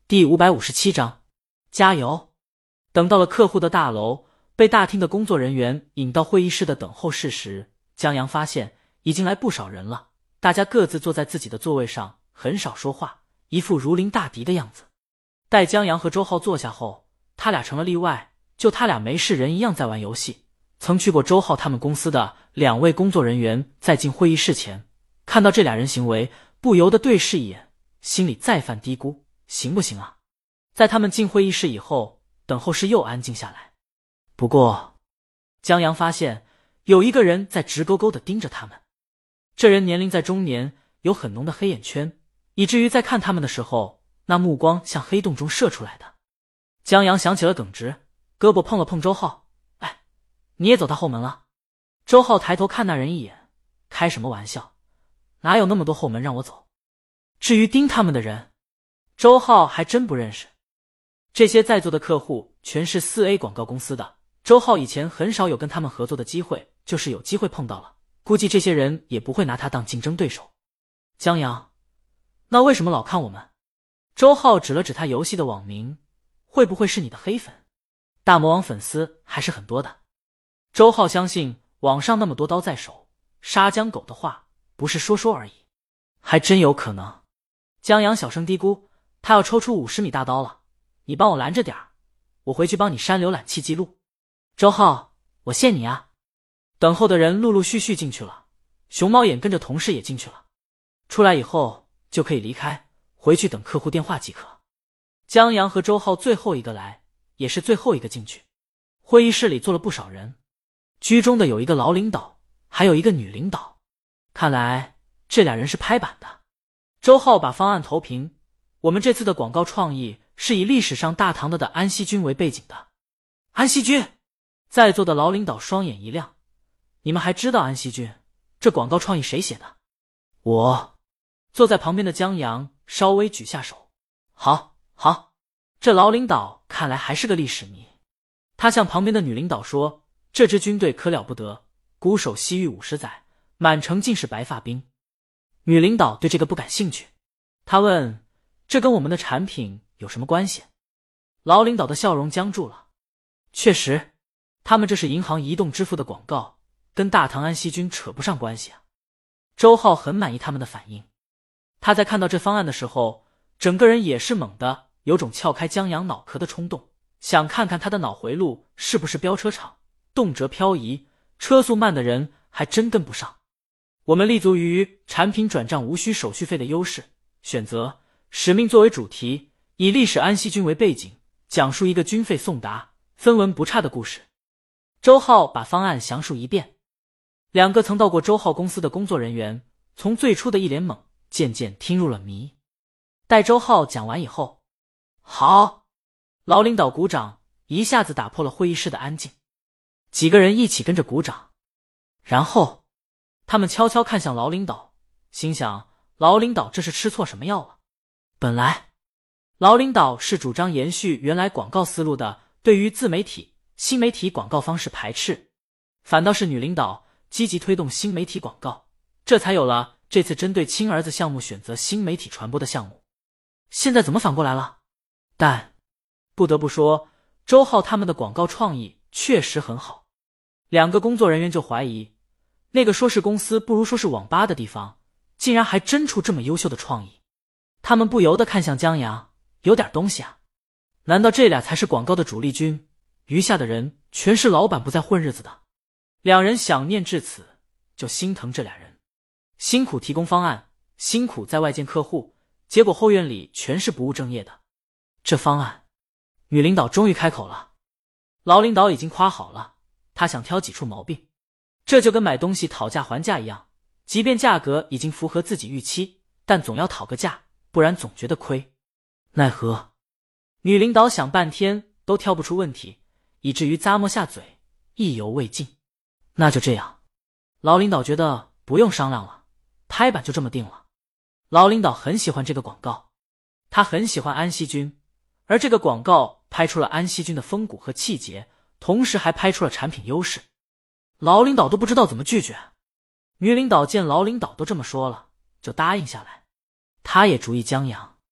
第557章，加油！等到了客户的大楼，被大厅的工作人员引到会议室的等候室时，江阳发现已经来不少人了，大家各自坐在自己的座位上，很少说话，一副如临大敌的样子。待江阳和周浩坐下后，他俩成了例外，就他俩没事人一样在玩游戏。曾去过周浩他们公司的2位工作人员在进会议室前，看到这俩人行为，不由得对视一眼，心里再犯嘀咕，行不行啊？在他们进会议室以后，等候室又安静下来。不过江阳发现有一个人在直勾勾地盯着他们，这人年龄在中年，有很浓的黑眼圈，以至于在看他们的时候，那目光像黑洞中射出来的。江阳想起了耿直，胳膊碰了碰周浩，哎，你也走他后门了？周浩抬头看那人一眼，开什么玩笑，哪有那么多后门让我走？至于盯他们的人，周浩还真不认识。这些在座的客户全是 4A 广告公司的，周浩以前很少有跟他们合作的机会，就是有机会碰到了，估计这些人也不会拿他当竞争对手。江阳，那为什么老看我们？周浩指了指他游戏的网名，会不会是你的黑粉？大魔王粉丝还是很多的。周浩相信网上那么多刀在手，杀江狗的话不是说说而已，还真有可能。江阳小声嘀咕，他要抽出50米大刀了，你帮我拦着点儿，我回去帮你删浏览器记录。周浩，我谢你啊。等候的人陆陆续续进去了，熊猫眼跟着同事也进去了，出来以后就可以离开，回去等客户电话即可。江阳和周浩最后一个来，也是最后一个进去。会议室里坐了不少人，居中的有一个老领导，还有一个女领导，看来这俩人是拍板的。周浩把方案投屏，我们这次的广告创意是以历史上大唐的安西军为背景的。安西军，在座的老领导双眼一亮，你们还知道安西军？这广告创意谁写的？我。坐在旁边的江阳稍微举下手，好，这老领导看来还是个历史迷。他向旁边的女领导说，这支军队可了不得，固守西域50载，满城尽是白发兵。女领导对这个不感兴趣，她问，这跟我们的产品有什么关系？老领导的笑容僵住了。确实，他们这是银行移动支付的广告，跟大唐安西军扯不上关系啊。周浩很满意他们的反应，他在看到这方案的时候，整个人也是猛的，有种撬开江阳脑壳的冲动，想看看他的脑回路是不是飙车场，动辄漂移，车速慢的人还真跟不上。我们立足于产品转账无需手续费的优势，选择使命作为主题，以历史安西军为背景，讲述一个军费送达、分文不差的故事。周浩把方案详述一遍。2个曾到过周浩公司的工作人员，从最初的一脸懵，渐渐听入了迷。待周浩讲完以后，好，老领导鼓掌，一下子打破了会议室的安静。几个人一起跟着鼓掌，然后他们悄悄看向老领导，心想老领导这是吃错什么药了。本来老领导是主张延续原来广告思路的，对于自媒体、新媒体广告方式排斥，反倒是女领导积极推动新媒体广告，这才有了这次针对亲儿子项目选择新媒体传播的项目。现在怎么反过来了？但不得不说，周浩他们的广告创意确实很好。2个工作人员就怀疑，那个说是公司不如说是网吧的地方，竟然还真出这么优秀的创意。他们不由得看向江阳，有点东西啊。难道这俩才是广告的主力军，余下的人全是老板不再混日子的？2人想念至此，就心疼这俩人，辛苦提供方案，辛苦在外见客户，结果后院里全是不务正业的。这方案，女领导终于开口了。老领导已经夸好了，他想挑几处毛病。这就跟买东西讨价还价一样，即便价格已经符合自己预期，但总要讨个价，不然总觉得亏。奈何女领导想半天都挑不出问题，以至于咂摸下嘴，意犹未尽。那就这样，老领导觉得不用商量了，拍板就这么定了。老领导很喜欢这个广告，他很喜欢安西军，而这个广告拍出了安西军的风骨和气节，同时还拍出了产品优势。老领导都不知道怎么拒绝。女领导见老领导都这么说了，就答应下来。她也主意江阳，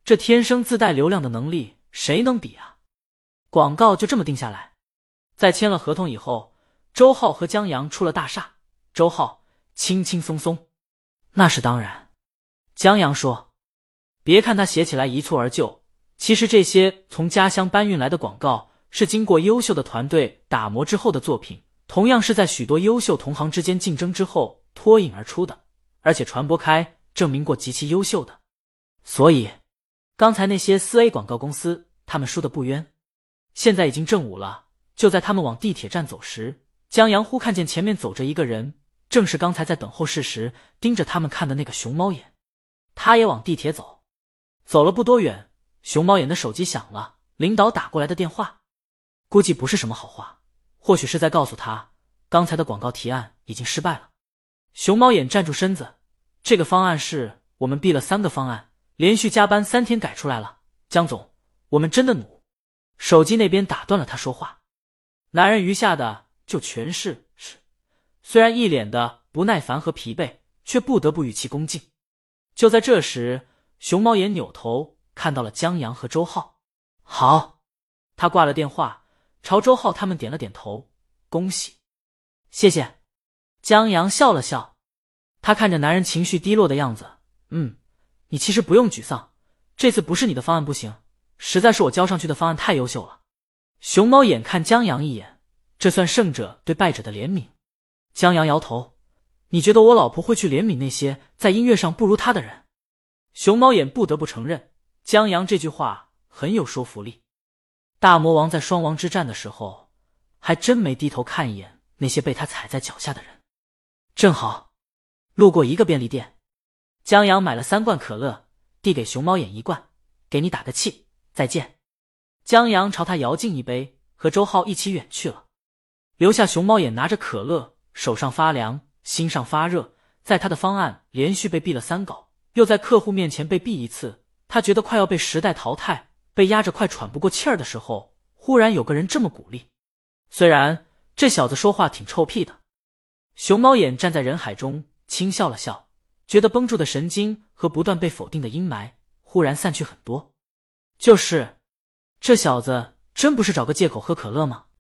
这天生自带流量的能力谁能比啊？广告就这么定下来。在签了合同以后，周浩和江阳出了大厦。周浩轻轻松松。那是当然。江阳说，别看他写起来一蹴而就，其实这些从家乡搬运来的广告是经过优秀的团队打磨之后的作品，同样是在许多优秀同行之间竞争之后脱颖而出的，而且传播开，证明过极其优秀的。所以刚才那些4A 广告公司他们输得不冤。现在已经正午了，就在他们往地铁站走时，江阳忽看见前面走着一个人，正是刚才在等候室时盯着他们看的那个熊猫眼。他也往地铁走。走了不多远，熊猫眼的手机响了，领导打过来的电话。估计不是什么好话，或许是在告诉他刚才的广告提案已经失败了。熊猫眼站住身子，这个方案是我们避了3个方案，连续加班3天改出来了，江总，我们真的努。手机那边打断了他说话。男人余下的就全是虽然一脸的不耐烦和疲惫，却不得不语气恭敬。就在这时，熊猫眼扭头看到了江阳和周浩。好。他挂了电话，朝周浩他们点了点头，恭喜。谢谢。江阳笑了笑。他看着男人情绪低落的样子，你其实不用沮丧，这次不是你的方案不行，实在是我交上去的方案太优秀了。熊猫眼看江阳一眼，这算胜者对败者的怜悯。江阳摇头，你觉得我老婆会去怜悯那些在音乐上不如她的人？熊猫眼不得不承认，江阳这句话很有说服力。大魔王在双王之战的时候，还真没低头看一眼那些被他踩在脚下的人。正好路过一个便利店，江阳买了3罐可乐，递给熊猫眼1罐，给你打个气，再见。江阳朝他摇敬一杯，和周浩一起远去了，留下熊猫眼拿着可乐，手上发凉，心上发热。在他的方案连续被毙了3稿，又在客户面前被毙一次，他觉得快要被时代淘汰，被压着快喘不过气儿的时候，忽然有个人这么鼓励。虽然这小子说话挺臭屁的。熊猫眼站在人海中轻笑了笑，觉得绷住的神经和不断被否定的阴霾忽然散去很多。就是这小子真不是找个借口喝可乐吗？